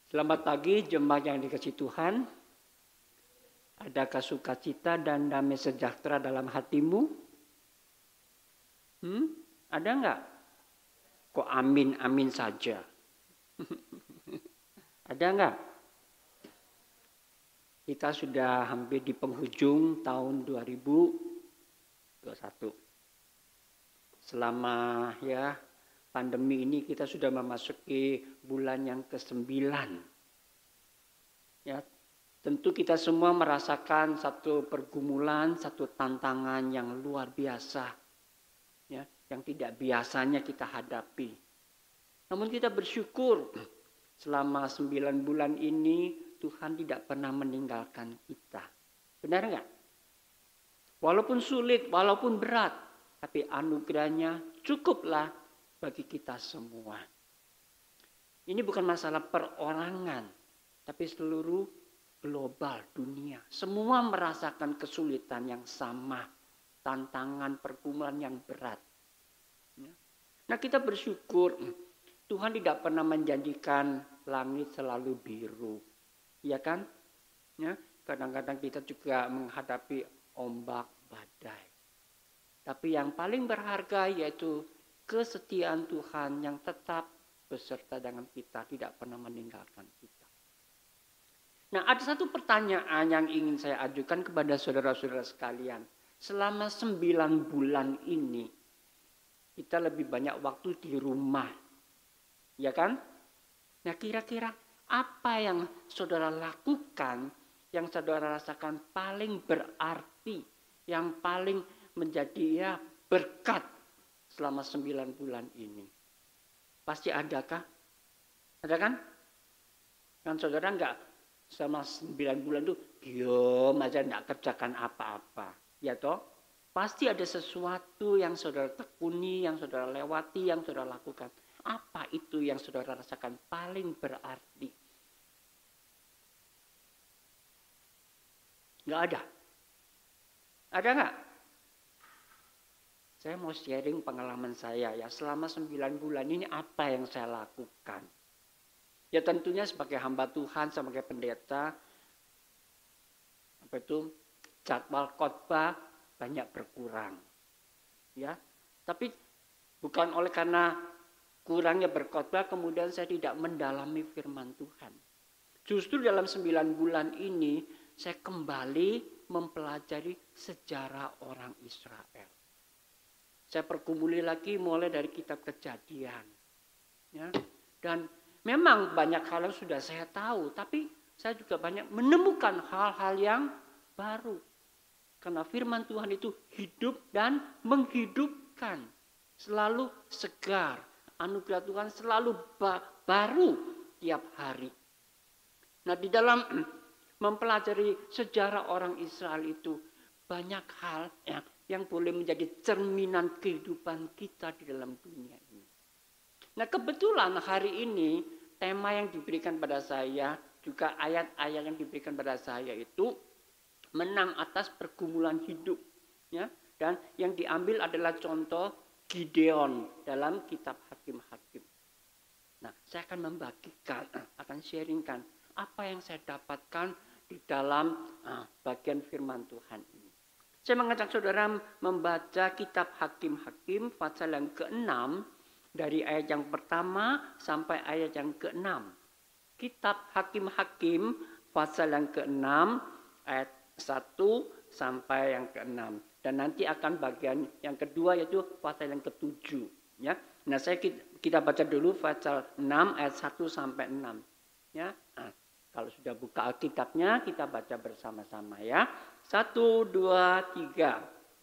Selamat pagi jemaat yang dikasihi Tuhan. Adakah sukacita dan damai sejahtera dalam hatimu? Ada enggak? Kok amin saja? Ada enggak? Kita sudah hampir di penghujung tahun 2021. Selama pandemi ini kita sudah memasuki bulan yang ke-9. Ya, tentu kita semua merasakan satu pergumulan, satu tantangan yang luar biasa. Ya, yang tidak biasanya kita hadapi. Namun kita bersyukur selama 9 bulan ini Tuhan tidak pernah meninggalkan kita. Benar enggak? Walaupun sulit, walaupun berat, tapi anugerahnya cukuplah bagi kita semua. Ini bukan masalah perorangan, tapi seluruh global dunia. Semua merasakan kesulitan yang sama, tantangan pergumulan yang berat. Nah, kita bersyukur Tuhan tidak pernah menjanjikan langit selalu biru. Ya kan? Ya, kadang-kadang kita juga menghadapi ombak badai. Tapi yang paling berharga yaitu kesetiaan Tuhan yang tetap beserta dengan kita, tidak pernah meninggalkan kita. Nah, ada satu pertanyaan yang ingin saya ajukan kepada saudara-saudara sekalian. Selama 9 bulan ini, kita lebih banyak waktu di rumah. Ya kan? Nah, kira-kira apa yang saudara lakukan, yang saudara rasakan paling berarti, yang paling menjadi berkat selama 9 bulan ini? Pasti adakah? Ada kan? Kan saudara enggak selama 9 bulan itu diam aja enggak kerjakan apa-apa. Ya toh? Pasti ada sesuatu yang saudara tekuni, yang saudara lewati, yang saudara lakukan. Apa itu yang saudara rasakan paling berarti? Enggak ada. Ada enggak? Saya mau sharing pengalaman saya ya. Selama 9 bulan ini apa yang saya lakukan. Ya tentunya sebagai hamba Tuhan, sebagai pendeta. Jadwal khotbah banyak berkurang. Ya. Tapi bukan oleh karena kurangnya berkhotbah kemudian saya tidak mendalami firman Tuhan. Justru dalam 9 bulan ini saya kembali mempelajari sejarah orang Israel. Saya pergumuli lagi mulai dari kitab Kejadian. Ya. Dan memang banyak hal yang sudah saya tahu. Tapi saya juga banyak menemukan hal-hal yang baru. Karena firman Tuhan itu hidup dan menghidupkan. Selalu segar. Anugerah Tuhan selalu baru tiap hari. Nah, di dalam mempelajari sejarah orang Israel itu banyak hal yang boleh menjadi cerminan kehidupan kita di dalam dunia ini. Nah, kebetulan hari ini tema yang diberikan pada saya, juga ayat-ayat yang diberikan pada saya itu menang atas pergumulan hidup. Ya, dan yang diambil adalah contoh Gideon dalam kitab Hakim-Hakim. Nah, saya akan membagikan, akan sharingkan apa yang saya dapatkan di dalam bagian firman Tuhan ini. Saya mengajak saudara membaca kitab Hakim-Hakim pasal yang ke-6 dari ayat yang pertama sampai ayat yang ke-6. Kitab Hakim-Hakim pasal yang ke-6 ayat 1 sampai yang ke-6. Dan nanti akan bagian yang kedua yaitu pasal yang ke-7. Ya. Nah, kita baca dulu pasal 6 ayat 1 sampai 6. Ya. Kalau sudah buka Alkitabnya, kita baca bersama-sama ya. 1, 2, 3.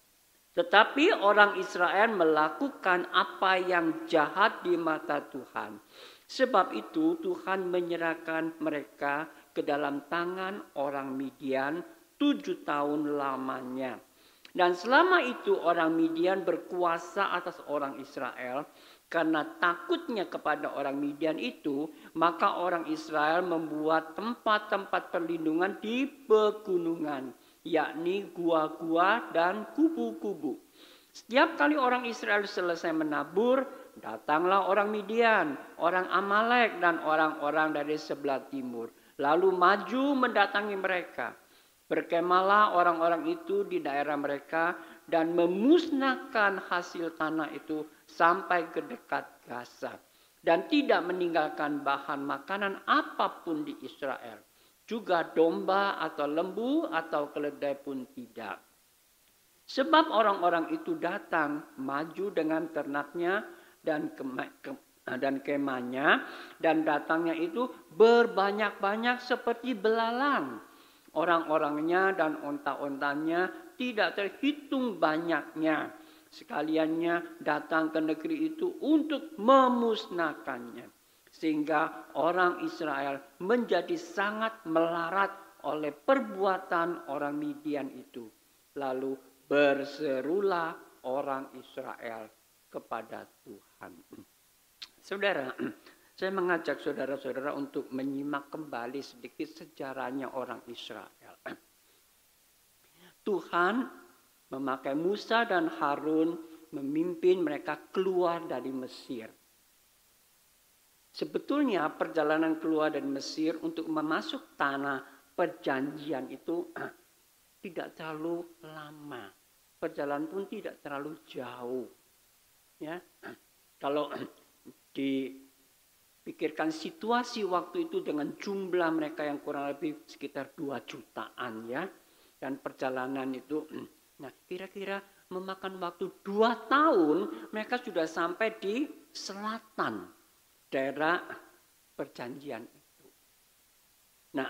Tetapi orang Israel melakukan apa yang jahat di mata Tuhan. Sebab itu Tuhan menyerahkan mereka ke dalam tangan orang Midian 7 tahun lamanya. Dan selama itu orang Midian berkuasa atas orang Israel. Karena takutnya kepada orang Midian itu, maka orang Israel membuat tempat-tempat perlindungan di pegunungan, yakni gua-gua dan kubu-kubu. Setiap kali orang Israel selesai menabur, datanglah orang Midian, orang Amalek, dan orang-orang dari sebelah timur. Lalu maju mendatangi mereka. Berkemahlah orang-orang itu di daerah mereka dan memusnahkan hasil tanah itu sampai ke dekat Gaza. Dan tidak meninggalkan bahan makanan apapun di Israel. Juga domba atau lembu atau keledai pun tidak. Sebab orang-orang itu datang maju dengan ternaknya dan kemahnya, dan datangnya itu berbanyak-banyak seperti belalang. Orang-orangnya dan onta-ontanya tidak terhitung banyaknya. Sekaliannya datang ke negeri itu untuk memusnahkannya. Sehingga orang Israel menjadi sangat melarat oleh perbuatan orang Midian itu. Lalu berserulah orang Israel kepada Tuhan. Saudara, saya mengajak saudara-saudara untuk menyimak kembali sedikit sejarahnya orang Israel. Tuhan memakai Musa dan Harun memimpin mereka keluar dari Mesir. Sebetulnya perjalanan keluar dari Mesir untuk memasuk tanah perjanjian itu tidak terlalu lama. Perjalanan pun tidak terlalu jauh. Ya, kalau dipikirkan situasi waktu itu dengan jumlah mereka yang kurang lebih sekitar 2 jutaan ya. Dan perjalanan itu, nah kira-kira memakan waktu 2 tahun mereka sudah sampai di selatan daerah perjanjian itu. Nah,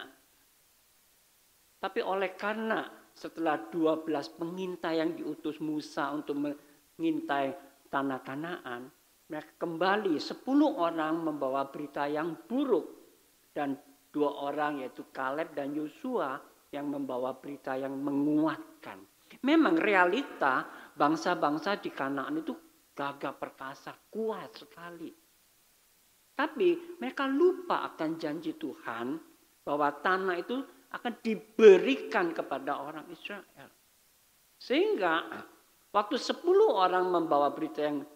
tapi oleh karena setelah 12 pengintai yang diutus Musa untuk mengintai tanah Kanaan, mereka kembali 10 orang membawa berita yang buruk dan 2 orang yaitu Kaleb dan Yosua yang membawa berita yang menguatkan. Memang realita bangsa-bangsa di Kanaan itu gagah perkasa, kuat sekali. Tapi mereka lupa akan janji Tuhan bahwa tanah itu akan diberikan kepada orang Israel. Sehingga waktu 10 orang membawa berita yang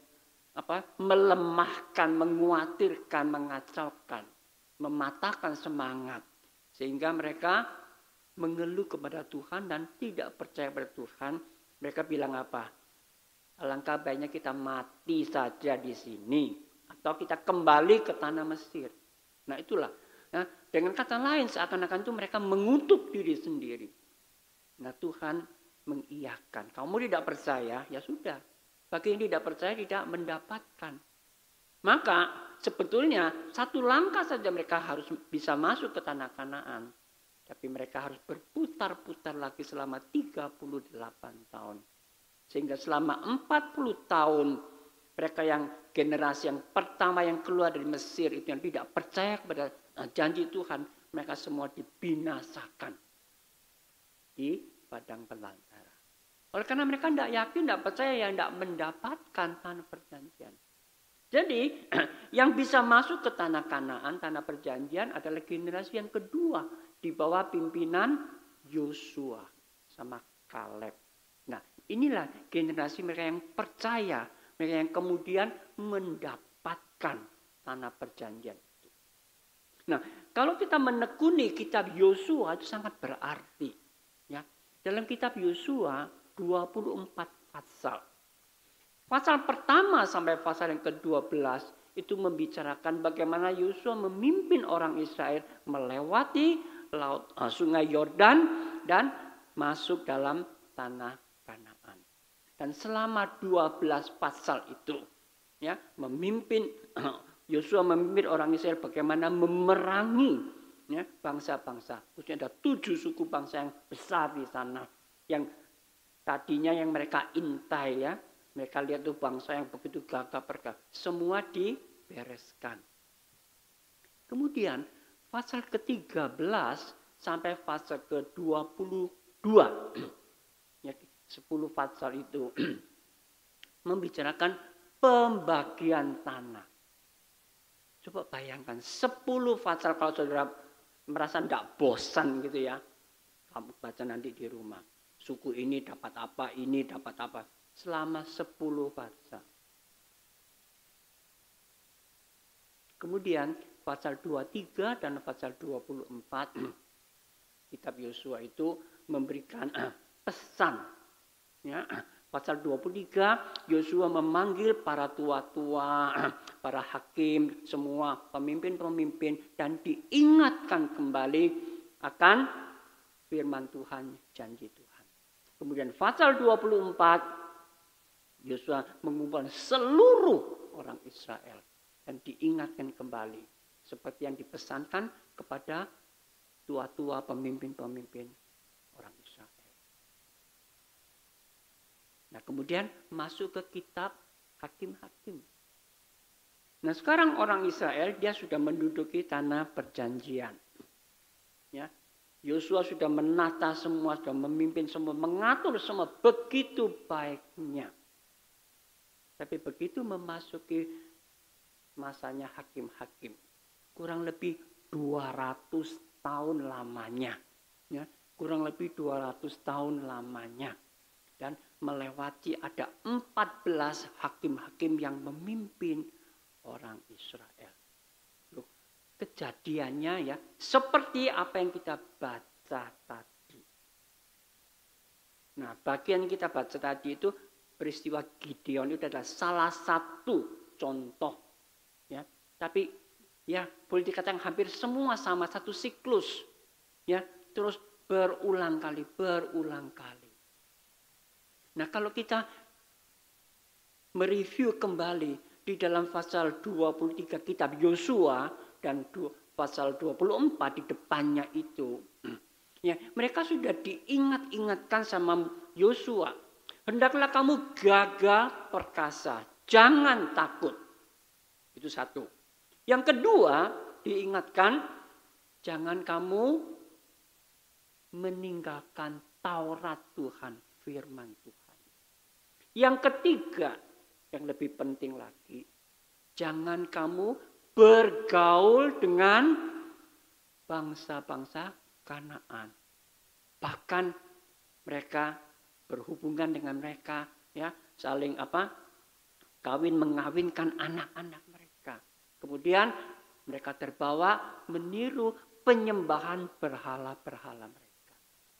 melemahkan, mengkhawatirkan, mengacaukan, mematahkan semangat. Sehingga mereka mengeluh kepada Tuhan dan tidak percaya pada Tuhan. Mereka bilang apa? Alangkah baiknya kita mati saja di sini. Atau kita kembali ke tanah Mesir. Nah itulah. Nah, dengan kata lain seakan-akan itu mereka mengutuk diri sendiri. Nah Tuhan mengiyakan. Kamu tidak percaya, ya sudah. Bagi yang tidak percaya tidak mendapatkan. Maka sebetulnya 1 langkah saja mereka harus bisa masuk ke tanah Kanaan. Tapi mereka harus berputar-putar lagi selama 38 tahun. Sehingga selama 40 tahun mereka yang generasi yang pertama yang keluar dari Mesir itu yang tidak percaya kepada janji Tuhan, mereka semua dibinasakan di padang belantara. Oleh karena mereka tidak yakin, tidak percaya, yang tidak mendapatkan tanah perjanjian. Jadi yang bisa masuk ke tanah Kanaan, tanah perjanjian adalah generasi yang kedua di bawah pimpinan Yosua sama Kaleb. Nah inilah generasi mereka yang percaya, mereka yang kemudian mendapatkan tanah perjanjian itu. Nah kalau kita menekuni kitab Yosua itu sangat berarti. Ya. Dalam kitab Yosua 24 pasal. Pasal pertama sampai pasal yang ke-12 itu membicarakan bagaimana Yosua memimpin orang Israel melewati sungai Yordan dan masuk dalam tanah Kanaan. Dan selama 12 pasal itu ya Yosua memimpin orang Israel bagaimana memerangi ya, bangsa-bangsa. Khususnya ada 7 suku bangsa yang besar di sana yang tadinya yang mereka intai ya. Mereka lihat tuh bangsa yang begitu gagah perkasa. Semua dibereskan. Kemudian pasal ke-13 sampai pasal ke-22. Ya, 10 pasal itu membicarakan pembagian tanah. Coba bayangkan 10 pasal kalau saudara merasa tidak bosan gitu ya. Kamu baca nanti di rumah. Suku ini dapat apa, ini dapat apa. Selama 10 pasal. Kemudian pasal 23 dan pasal 24 kitab Yosua itu memberikan pesan. Ya, pasal 23 Yosua memanggil para tua-tua, para hakim, semua pemimpin-pemimpin dan diingatkan kembali akan firman Tuhan, janji Tuhan. Kemudian pasal 24 Yosua mengumpulkan seluruh orang Israel dan diingatkan kembali seperti yang dipesankan kepada tua-tua pemimpin-pemimpin orang Israel. Nah, kemudian masuk ke kitab Hakim-Hakim. Nah, sekarang orang Israel dia sudah menduduki tanah perjanjian. Ya, Yosua sudah menata semua, sudah memimpin semua, mengatur semua begitu baiknya. Tapi begitu memasuki masanya hakim-hakim, kurang lebih 200 tahun lamanya. Ya, kurang lebih 200 tahun lamanya. Dan melewati ada 14 hakim-hakim yang memimpin orang Israel. Loh, kejadiannya ya seperti apa yang kita baca tadi. Nah, bagian yang kita baca tadi itu peristiwa Gideon itu adalah salah satu contoh. Ya, tapi ya boleh dikatakan hampir semua sama satu siklus. Ya, terus berulang kali. Nah, kalau kita mereview kembali di dalam pasal 23 kitab Yosua dan pasal 24 di depannya itu, ya, mereka sudah diingat-ingatkan sama Yosua. Hendaklah kamu gagah perkasa, jangan takut. Itu satu. Yang kedua, diingatkan jangan kamu meninggalkan Taurat Tuhan, firman Tuhan. Yang ketiga, yang lebih penting lagi, jangan kamu bergaul dengan bangsa-bangsa Kanaan. Bahkan mereka berhubungan dengan mereka, ya, saling kawin mengawinkan anak-anak mereka. Kemudian mereka terbawa meniru penyembahan berhala-berhala mereka.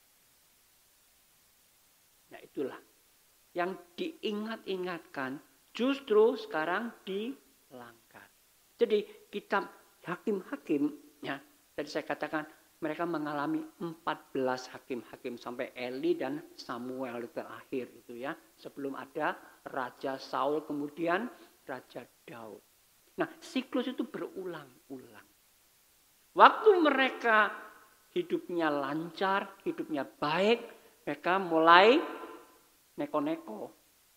Nah, itulah yang diingat-ingatkan justru sekarang dilanggar. Jadi kitab Hakim-Hakim, ya, tadi saya katakan mereka mengalami 14 hakim-hakim sampai Eli dan Samuel terakhir itu ya. Sebelum ada Raja Saul kemudian Raja Daud. Nah, siklus itu berulang-ulang. Waktu mereka hidupnya lancar, hidupnya baik, mereka mulai neko-neko.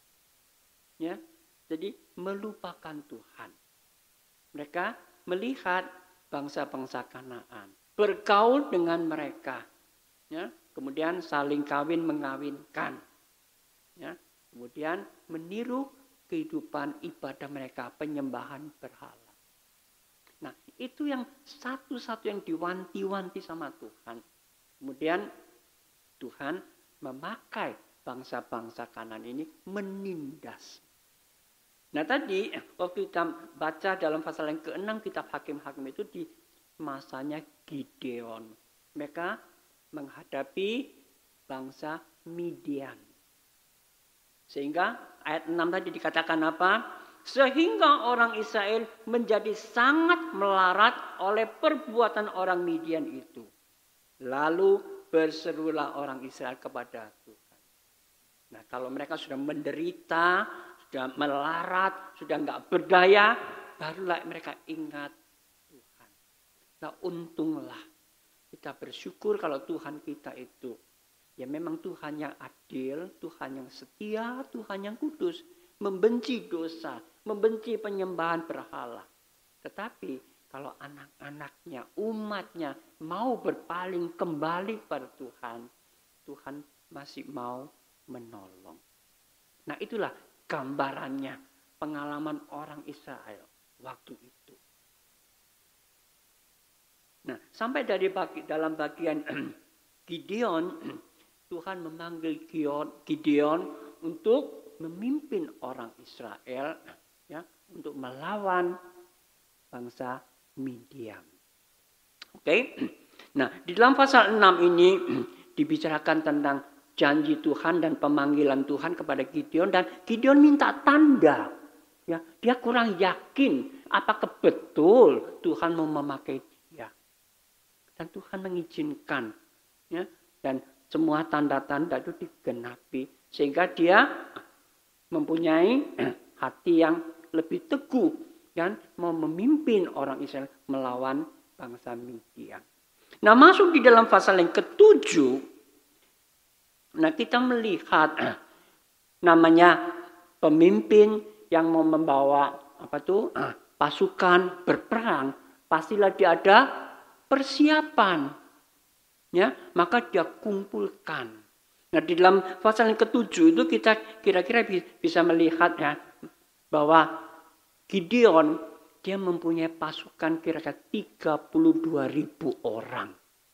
Ya, jadi melupakan Tuhan. Mereka melihat bangsa-bangsa Kanaan, bergaul dengan mereka, ya, kemudian saling kawin mengawinkan, ya, kemudian meniru kehidupan ibadah mereka, penyembahan berhala. Nah, itu yang satu-satu yang diwanti-wanti sama Tuhan. Kemudian Tuhan memakai bangsa-bangsa Kanaan ini menindas. Nah, tadi waktu kita baca dalam pasal yang ke-6 kitab Hakim-Hakim itu di masanya Gideon. Mereka menghadapi bangsa Midian. Sehingga ayat 6 tadi dikatakan apa? Sehingga orang Israel menjadi sangat melarat oleh perbuatan orang Midian itu. Lalu berserulah orang Israel kepada Tuhan. Nah, kalau mereka sudah menderita, sudah melarat, sudah enggak berdaya, barulah mereka ingat Tuhan. Nah, untunglah kita bersyukur kalau Tuhan kita itu ya memang Tuhan yang adil, Tuhan yang setia, Tuhan yang kudus, membenci dosa, membenci penyembahan berhala. Tetapi kalau anak-anaknya, umatnya mau berpaling kembali pada Tuhan, Tuhan masih mau menolong. Nah, itulah gambarannya pengalaman orang Israel waktu itu. Nah, sampai dalam bagian Gideon, Tuhan memanggil Gideon untuk memimpin orang Israel, ya, untuk melawan bangsa Midian. Oke. Nah, di dalam pasal 6 ini dibicarakan tentang janji Tuhan dan pemanggilan Tuhan kepada Gideon, dan Gideon minta tanda. Ya, dia kurang yakin apakah betul Tuhan mau memakai dia. Dan Tuhan mengizinkan, ya, dan semua tanda-tanda itu digenapi sehingga dia mempunyai hati yang lebih teguh dan mau memimpin orang Israel melawan bangsa Midian. Nah, masuk di dalam pasal yang ke-7, nah kita melihat namanya pemimpin yang mau membawa pasukan berperang, pastilah dia ada persiapan. Ya, maka dia kumpulkan. Nah, di dalam pasal yang ke-7 itu kita kira-kira bisa melihat ya bahwa Gideon dia mempunyai pasukan kira-kira 32.000 orang.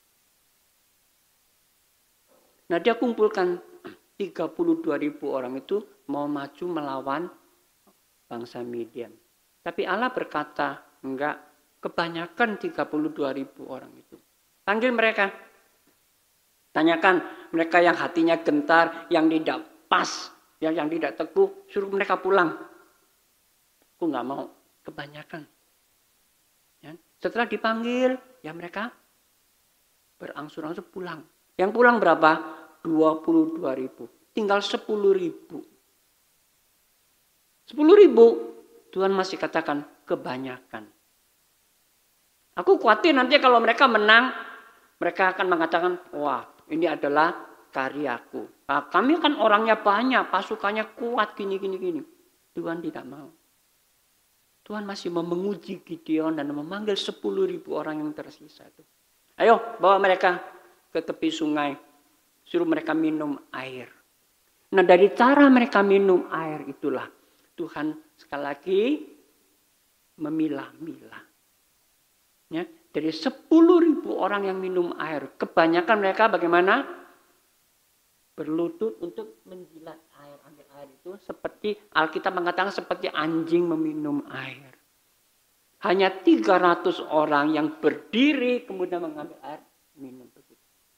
Nah, dia kumpulkan 32.000 orang itu mau maju melawan bangsa Midian. Tapi Allah berkata, enggak, kebanyakan 32.000 orang itu. Panggil mereka. Tanyakan mereka yang hatinya gentar, yang tidak pas, yang tidak teguh, suruh mereka pulang. Aku enggak mau. Kebanyakan. Ya. Setelah dipanggil, ya mereka berangsur-angsur pulang. Yang pulang berapa? 22.000. Tinggal 10.000. 10.000, Tuhan masih katakan kebanyakan. Aku khawatir nanti kalau mereka menang, mereka akan mengatakan, wah ini adalah karyaku. Nah, kami kan orangnya banyak, pasukannya kuat, gini. Tuhan tidak mau. Tuhan masih mau menguji Gideon dan memanggil 10.000 orang yang tersisa itu. Ayo bawa mereka ke tepi sungai. Suruh mereka minum air. Nah, dari cara mereka minum air itulah Tuhan sekali lagi memilah-milah. Ya, dari 10.000 orang yang minum air, kebanyakan mereka bagaimana? Berlutut untuk menjilat air. Ambil air itu seperti Alkitab mengatakan seperti anjing meminum air. Hanya 300 orang yang berdiri kemudian mengambil air minum begitu.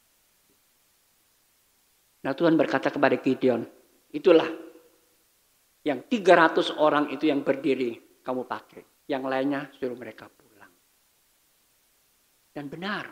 Nah, Tuhan berkata kepada Gideon, itulah yang 300 orang itu yang berdiri kamu pakai. Yang lainnya suruh mereka pulang. Dan benar.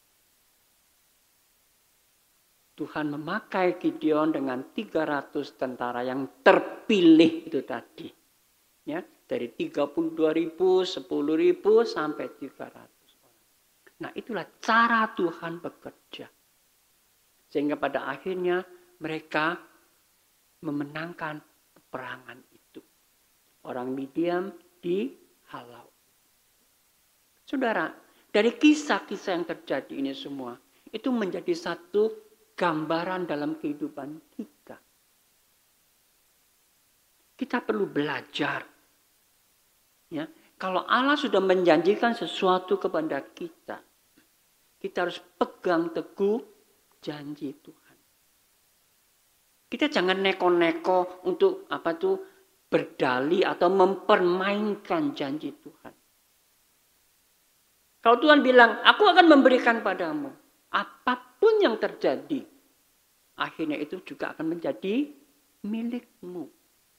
Tuhan memakai Gideon dengan 300 tentara yang terpilih itu tadi. Ya, dari 32.000, 10.000 sampai 300 orang. Nah, itulah cara Tuhan bekerja. Sehingga pada akhirnya mereka memenangkan peperangan itu. Orang Midian dihalau. Saudara, dari kisah-kisah yang terjadi ini semua, itu menjadi satu gambaran dalam kehidupan kita. Kita perlu belajar. Ya, kalau Allah sudah menjanjikan sesuatu kepada kita, kita harus pegang teguh janji Tuhan. Kita jangan neko-neko untuk berdalih atau mempermainkan janji Tuhan. Kalau Tuhan bilang, aku akan memberikan padamu apapun yang terjadi, akhirnya itu juga akan menjadi milikmu.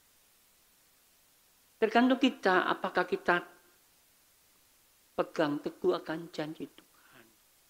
Tergantung kita, apakah kita pegang teguh akan janji Tuhan.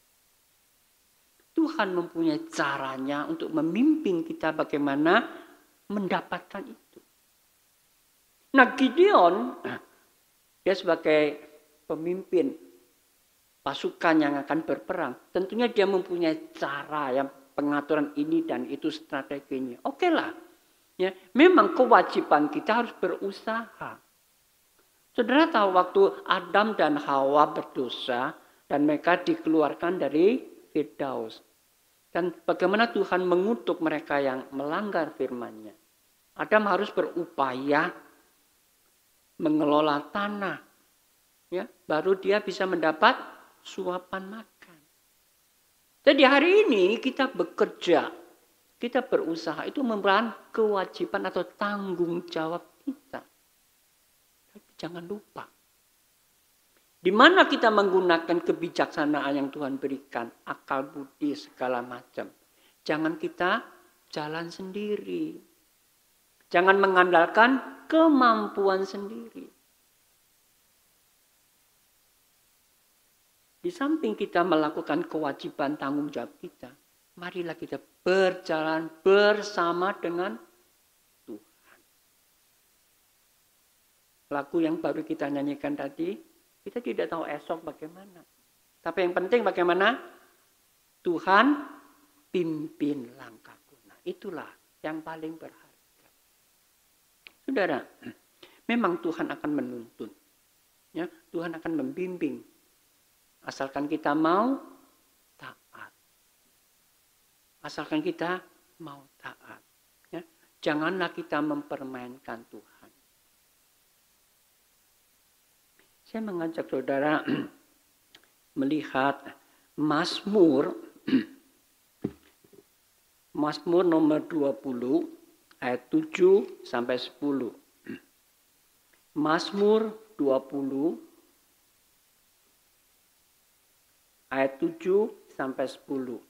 Tuhan mempunyai caranya untuk memimpin kita bagaimana mendapatkan itu. Nah, Gideon, dia sebagai pemimpin pasukan yang akan berperang, tentunya dia mempunyai cara yang pengaturan ini dan itu strateginya. Oke lah. Ya, memang kewajiban kita harus berusaha. Saudara tahu waktu Adam dan Hawa berdosa dan mereka dikeluarkan dari Firdaus. Dan bagaimana Tuhan mengutuk mereka yang melanggar firman-Nya. Adam harus berupaya mengelola tanah. Ya, baru dia bisa mendapat suapan makan. Jadi hari ini kita bekerja, kita berusaha, itu merupakan kewajiban atau tanggung jawab kita. Tapi jangan lupa, Di mana kita menggunakan kebijaksanaan yang Tuhan berikan, akal budi segala macam. Jangan kita jalan sendiri. Jangan mengandalkan kemampuan sendiri. Di samping kita melakukan kewajiban tanggung jawab kita, marilah kita berjalan bersama dengan Tuhan. Lagu yang baru kita nyanyikan tadi, kita tidak tahu esok bagaimana. Tapi yang penting bagaimana? Tuhan pimpin langkahku. Nah, itulah yang paling berharga. Saudara, memang Tuhan akan menuntun. Ya, Tuhan akan membimbing. Asalkan kita mau taat. Asalkan kita mau taat. Ya, janganlah kita mempermainkan Tuhan. Saya mengajak saudara melihat Mazmur nomor 20 ayat 7 sampai 10. Mazmur 20 ayat 7 sampai 10.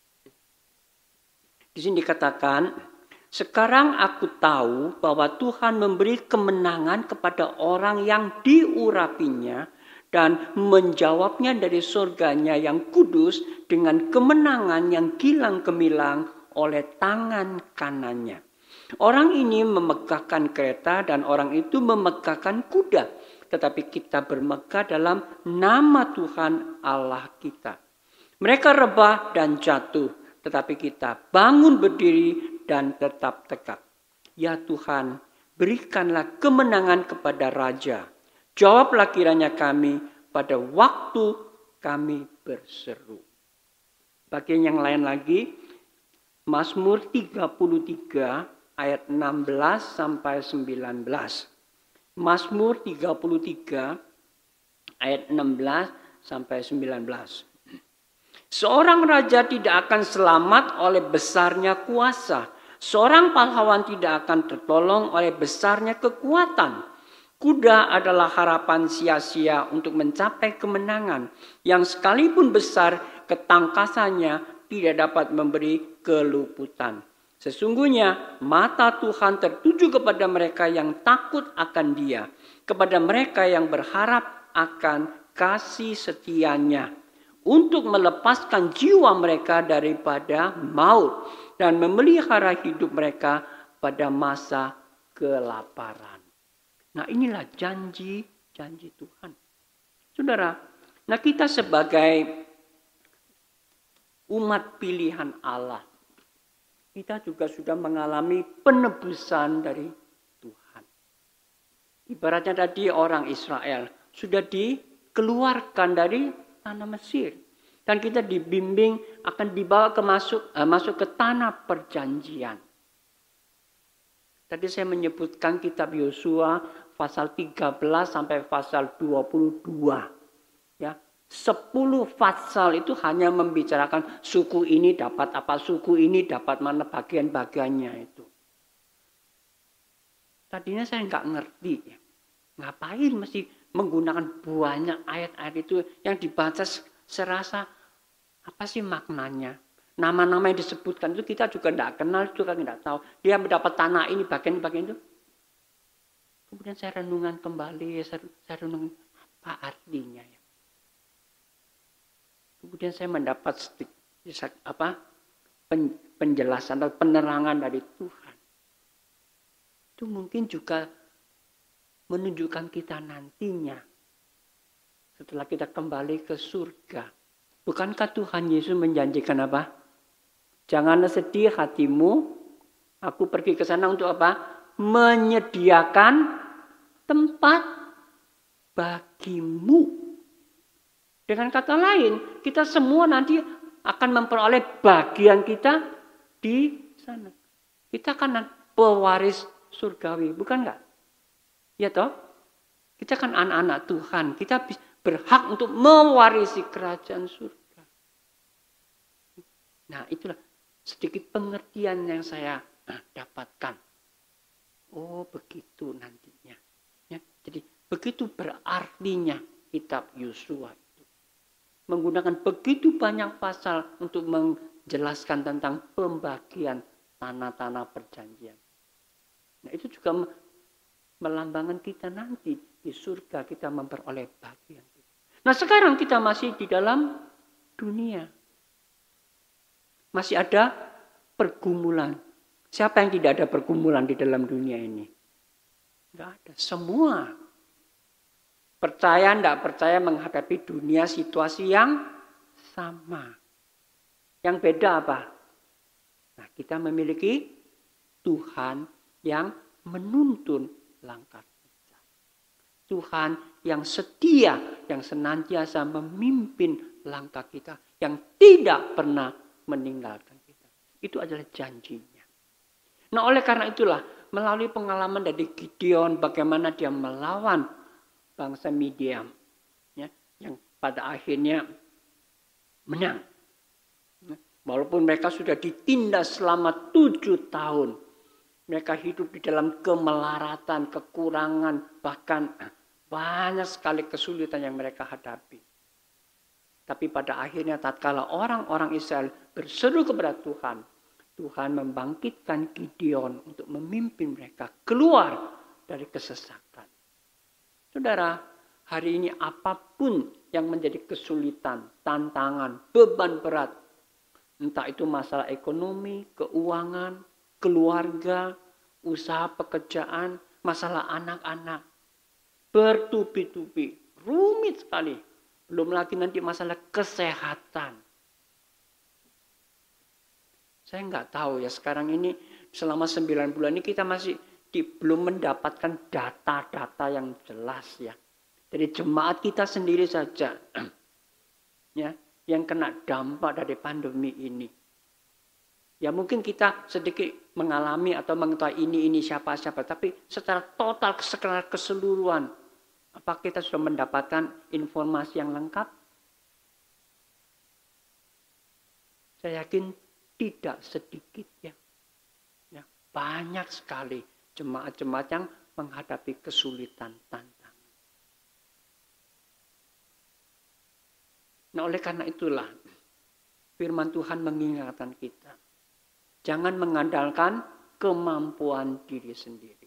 Di sini dikatakan, sekarang aku tahu bahwa Tuhan memberi kemenangan kepada orang yang diurapinya dan menjawabnya dari surganya yang kudus dengan kemenangan yang gilang gemilang oleh tangan kanannya. Orang ini memegahkan kereta dan orang itu memegahkan kuda. Tetapi kita bermegah dalam nama Tuhan Allah kita. Mereka rebah dan jatuh. Tetapi kita bangun berdiri dan tetap tegak. Ya Tuhan, berikanlah kemenangan kepada Raja. Jawablah kiranya kami pada waktu kami berseru. Bagian yang lain lagi, Mazmur 33 ayat 16 sampai 19. Mazmur 33 ayat 16 sampai 19. Seorang raja tidak akan selamat oleh besarnya kuasa. Seorang pahlawan tidak akan tertolong oleh besarnya kekuatan. Kuda adalah harapan sia-sia untuk mencapai kemenangan. Yang sekalipun besar ketangkasannya tidak dapat memberi keluputan. Sesungguhnya mata Tuhan tertuju kepada mereka yang takut akan Dia. Kepada mereka yang berharap akan kasih setianya. Untuk melepaskan jiwa mereka daripada maut. Dan memelihara hidup mereka pada masa kelaparan. Nah, inilah janji Tuhan. Saudara, nah kita sebagai umat pilihan Allah, kita juga sudah mengalami penebusan dari Tuhan. Ibaratnya tadi orang Israel sudah dikeluarkan dari tanah Mesir. Dan kita dibimbing akan dibawa masuk ke tanah perjanjian. Tadi saya menyebutkan kitab Yosua pasal 13 sampai pasal 22. Ya, 10 pasal itu hanya membicarakan suku ini dapat apa, suku ini dapat mana bagian-bagiannya itu. Tadinya saya nggak ngerti. Ngapain mesti menggunakan banyak ayat-ayat itu yang dibaca serasa apa sih maknanya. Nama-nama yang disebutkan itu kita juga tidak kenal, juga tidak tahu. Dia mendapat tanah ini, bagian-bagian itu. Kemudian saya renungan kembali, saya renungan apa artinya ya. Kemudian saya mendapat penjelasan atau penerangan dari Tuhan. Itu mungkin juga menunjukkan kita nantinya setelah kita kembali ke surga. Bukankah Tuhan Yesus menjanjikan apa? Janganlah sedih hatimu, aku pergi ke sana untuk apa? Menyediakan tempat bagimu. Dengan kata lain, kita semua nanti akan memperoleh bagian kita di sana. Kita kan pewaris surgawi, bukan enggak? Ya toh? Kita kan anak-anak Tuhan. Kita berhak untuk mewarisi kerajaan surga. Nah, itulah sedikit pengertian yang saya dapatkan. Oh, begitu nantinya. Ya, jadi begitu berartinya kitab Yosua itu. Menggunakan begitu banyak pasal untuk menjelaskan tentang pembagian tanah-tanah perjanjian. Nah, itu juga melambangkan kita nanti di surga kita memperoleh bagian. Nah, sekarang kita masih di dalam dunia. Masih ada pergumulan. Siapa yang tidak ada pergumulan di dalam dunia ini? Tidak ada. Semua. Percaya, tidak percaya menghadapi dunia situasi yang sama. Yang beda apa? Nah, kita memiliki Tuhan yang menuntun langkah kita. Tuhan yang setia, yang senantiasa memimpin langkah kita. Yang tidak pernah meninggalkan kita. Itu adalah janjinya. Nah, oleh karena itulah, melalui pengalaman dari Gideon, bagaimana dia melawan bangsa Midian, ya, yang pada akhirnya menang. Walaupun mereka sudah ditindas selama 7 tahun. Mereka hidup di dalam kemelaratan, kekurangan, bahkan banyak sekali kesulitan yang mereka hadapi. Tapi pada akhirnya tatkala orang-orang Israel berseru kepada Tuhan, Tuhan membangkitkan Gideon untuk memimpin mereka keluar dari kesesakan. Saudara, hari ini apapun yang menjadi kesulitan, tantangan, beban berat, entah itu masalah ekonomi, keuangan, keluarga, usaha pekerjaan, masalah anak-anak, bertubi-tubi, rumit sekali. Belum lagi nanti masalah kesehatan. Saya nggak tahu ya, sekarang ini selama 9 bulan ini kita masih belum mendapatkan data-data yang jelas ya. Dari jemaat kita sendiri saja ya, yang kena dampak dari pandemi ini. Ya mungkin kita sedikit mengalami atau mengetahui ini siapa-siapa. Tapi secara total, secara keseluruhan, apa kita sudah mendapatkan informasi yang lengkap? Saya yakin tidak sedikit ya. Ya, banyak sekali jemaat-jemaat yang menghadapi kesulitan, tantangan. Nah, oleh karena itulah firman Tuhan mengingatkan kita. Jangan mengandalkan kemampuan diri sendiri.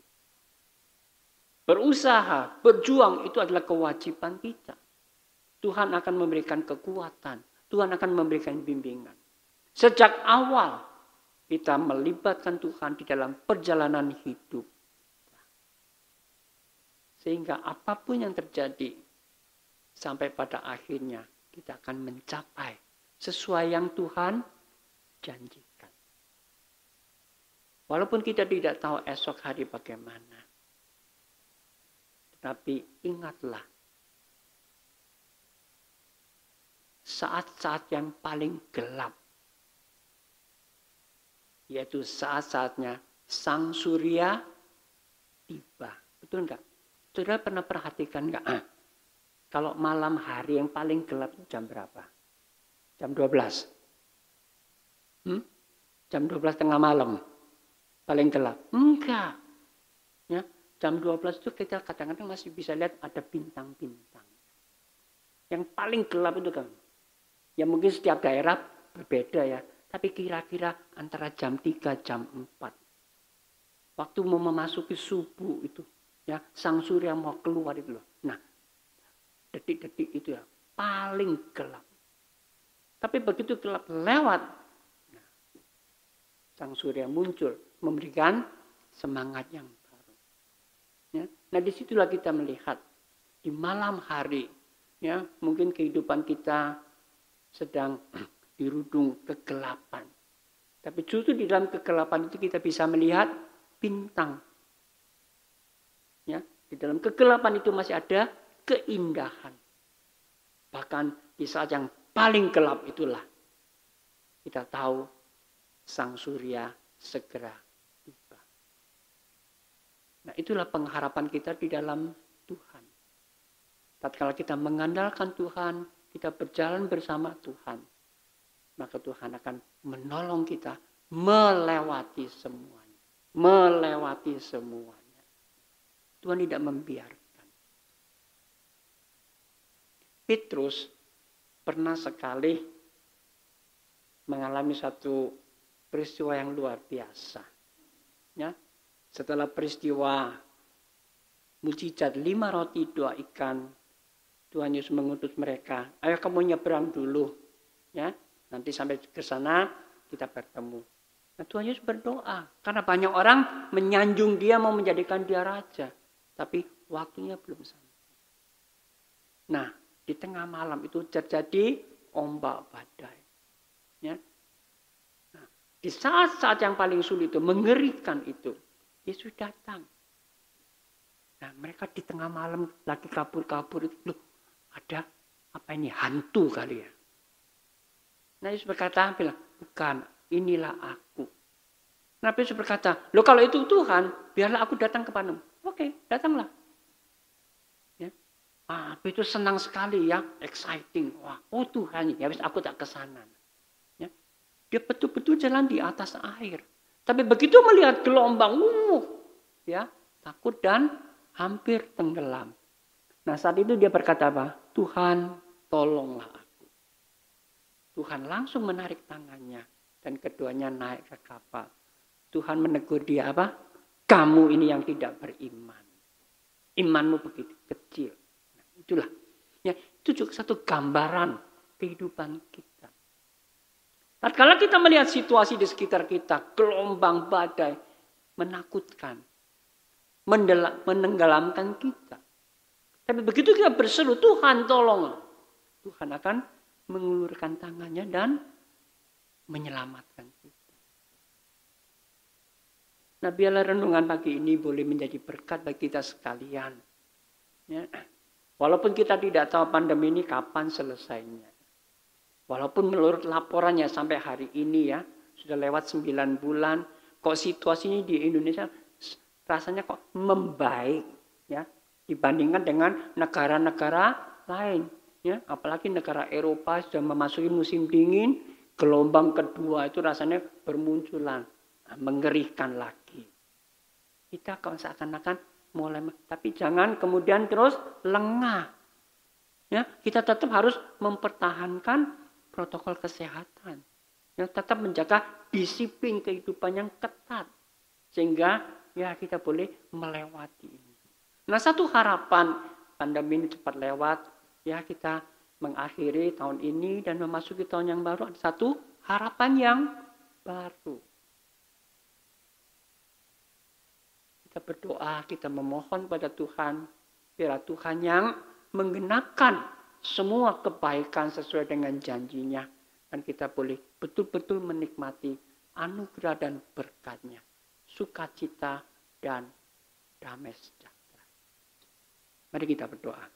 Berusaha, berjuang itu adalah kewajiban kita. Tuhan akan memberikan kekuatan. Tuhan akan memberikan bimbingan. Sejak awal kita melibatkan Tuhan di dalam perjalanan hidup. Sehingga apapun yang terjadi, sampai pada akhirnya kita akan mencapai sesuai yang Tuhan janjikan. Walaupun kita tidak tahu esok hari bagaimana. Tetapi ingatlah, saat-saat yang paling gelap, yaitu saat-saatnya sang surya tiba. Betul enggak? Saudara pernah perhatikan enggak? Kalau malam hari yang paling gelap itu jam berapa? Jam 12. Jam 12 tengah malam. Paling gelap. Enggak. Ya, jam 12 itu kita kadang-kadang masih bisa lihat ada bintang-bintang. Yang paling gelap itu kan. Ya mungkin setiap daerah berbeda ya. Tapi kira-kira antara jam 3, jam 4. Waktu mau memasuki subuh itu. Ya, sang surya mau keluar itu loh. Nah, detik-detik itu ya paling gelap. Tapi begitu gelap lewat, nah, sang surya muncul. Memberikan semangat yang baru. Ya, nah disitulah kita melihat. Di malam hari. Ya, mungkin kehidupan kita sedang dirudung kegelapan. Tapi justru di dalam kegelapan itu kita bisa melihat bintang. Ya, di dalam kegelapan itu masih ada keindahan. Bahkan di saat yang paling gelap itulah kita tahu sang surya segera tiba. Nah, itulah pengharapan kita di dalam Tuhan. Tatkala kita mengandalkan Tuhan, kita berjalan bersama Tuhan, maka Tuhan akan menolong kita melewati semuanya. Melewati semuanya. Tuhan tidak membiarkan. Petrus pernah sekali mengalami satu peristiwa yang luar biasa. Ya, setelah peristiwa mujizat 5 roti 2 ikan, Tuhan Yesus mengutus mereka, ayo kamu nyebrang dulu, ya, nanti sampai ke sana kita bertemu. Nah, Tuhan Yesus berdoa karena banyak orang menyanjung dia, mau menjadikan dia raja, tapi waktunya belum sampai. Nah, di tengah malam itu terjadi ombak badai. Ya. Nah, di saat-saat yang paling sulit itu, mengerikan itu, Yesus datang. Nah, mereka di tengah malam lagi kabur-kabur itu, loh, ada apa ini, hantu kali ya. Nah, Yesus berkata, bilang, bukan, inilah aku. Nah, Yesus berkata, loh kalau itu Tuhan, biarlah aku datang kepadamu. Oke, datanglah. Itu senang sekali ya, exciting. Wah, oh Tuhan, ya aku tak kesana. Ya. Dia betul-betul jalan di atas air. Tapi begitu melihat gelombang, ya takut dan hampir tenggelam. Nah saat itu dia berkata apa? Tuhan, tolonglah aku. Tuhan langsung menarik tangannya dan keduanya naik ke kapal. Tuhan menegur dia apa? Kamu ini yang tidak beriman. Imanmu begitu kecil. Itulah, ya, itu juga satu gambaran kehidupan kita. Tatkala kita melihat situasi di sekitar kita, gelombang badai menakutkan, menenggelamkan kita. Tapi begitu kita berseru, Tuhan tolong, Tuhan akan mengulurkan tangannya dan menyelamatkan kita. Nah, biarlah renungan pagi ini boleh menjadi berkat bagi kita sekalian. Ya. Walaupun kita tidak tahu pandemi ini kapan selesainya. Walaupun menurut laporannya sampai hari ini ya, sudah lewat 9 bulan. Kok situasi ini di Indonesia rasanya kok membaik ya, dibandingkan dengan negara-negara lain. Ya, apalagi negara Eropa sudah memasuki musim dingin, gelombang kedua itu rasanya bermunculan. Nah, mengerikan lagi. Kita kok seakan-akan mulai, tapi jangan kemudian terus lengah. Ya, kita tetap harus mempertahankan protokol kesehatan. Ya, tetap menjaga disiplin kehidupan yang ketat sehingga ya kita boleh melewati ini. Nah, satu harapan pandemi ini cepat lewat, ya kita mengakhiri tahun ini dan memasuki tahun yang baru, ada satu harapan yang baru. Kita berdoa, kita memohon pada Tuhan, biar Tuhan yang menggenakan semua kebaikan sesuai dengan janjinya. Dan kita boleh betul-betul menikmati anugerah dan berkat-Nya. Sukacita dan damai sejahtera. Mari kita berdoa.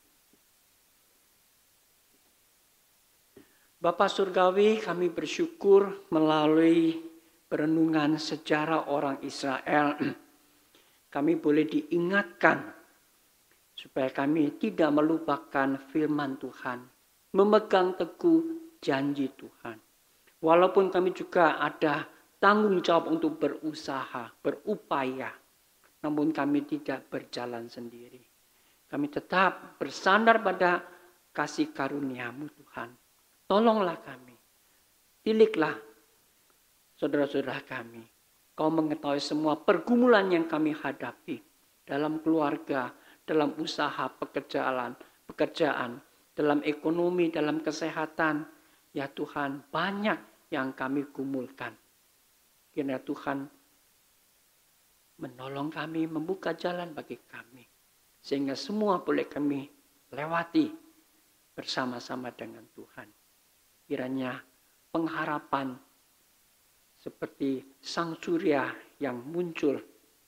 Bapa Surgawi, kami bersyukur melalui perenungan sejarah orang Israel, kami boleh diingatkan supaya kami tidak melupakan firman Tuhan, memegang teguh janji Tuhan. Walaupun kami juga ada tanggung jawab untuk berusaha, berupaya, namun kami tidak berjalan sendiri. Kami tetap bersandar pada kasih karunia-Mu Tuhan. Tolonglah kami, tindiklah saudara-saudara kami. Kau mengetahui semua pergumulan yang kami hadapi dalam keluarga, dalam usaha pekerjaan, dalam ekonomi, dalam kesehatan. Ya Tuhan, banyak yang kami gumulkan. Kiranya Tuhan menolong kami, membuka jalan bagi kami. Sehingga semua boleh kami lewati bersama-sama dengan Tuhan. Kiranya pengharapan seperti sang surya yang muncul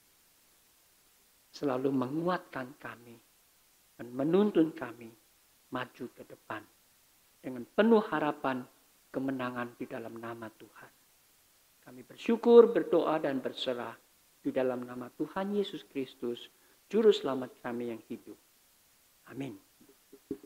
selalu menguatkan kami dan menuntun kami maju ke depan dengan penuh harapan kemenangan di dalam nama Tuhan. Kami bersyukur, berdoa dan berserah di dalam nama Tuhan Yesus Kristus, Juru Selamat kami yang hidup. Amin.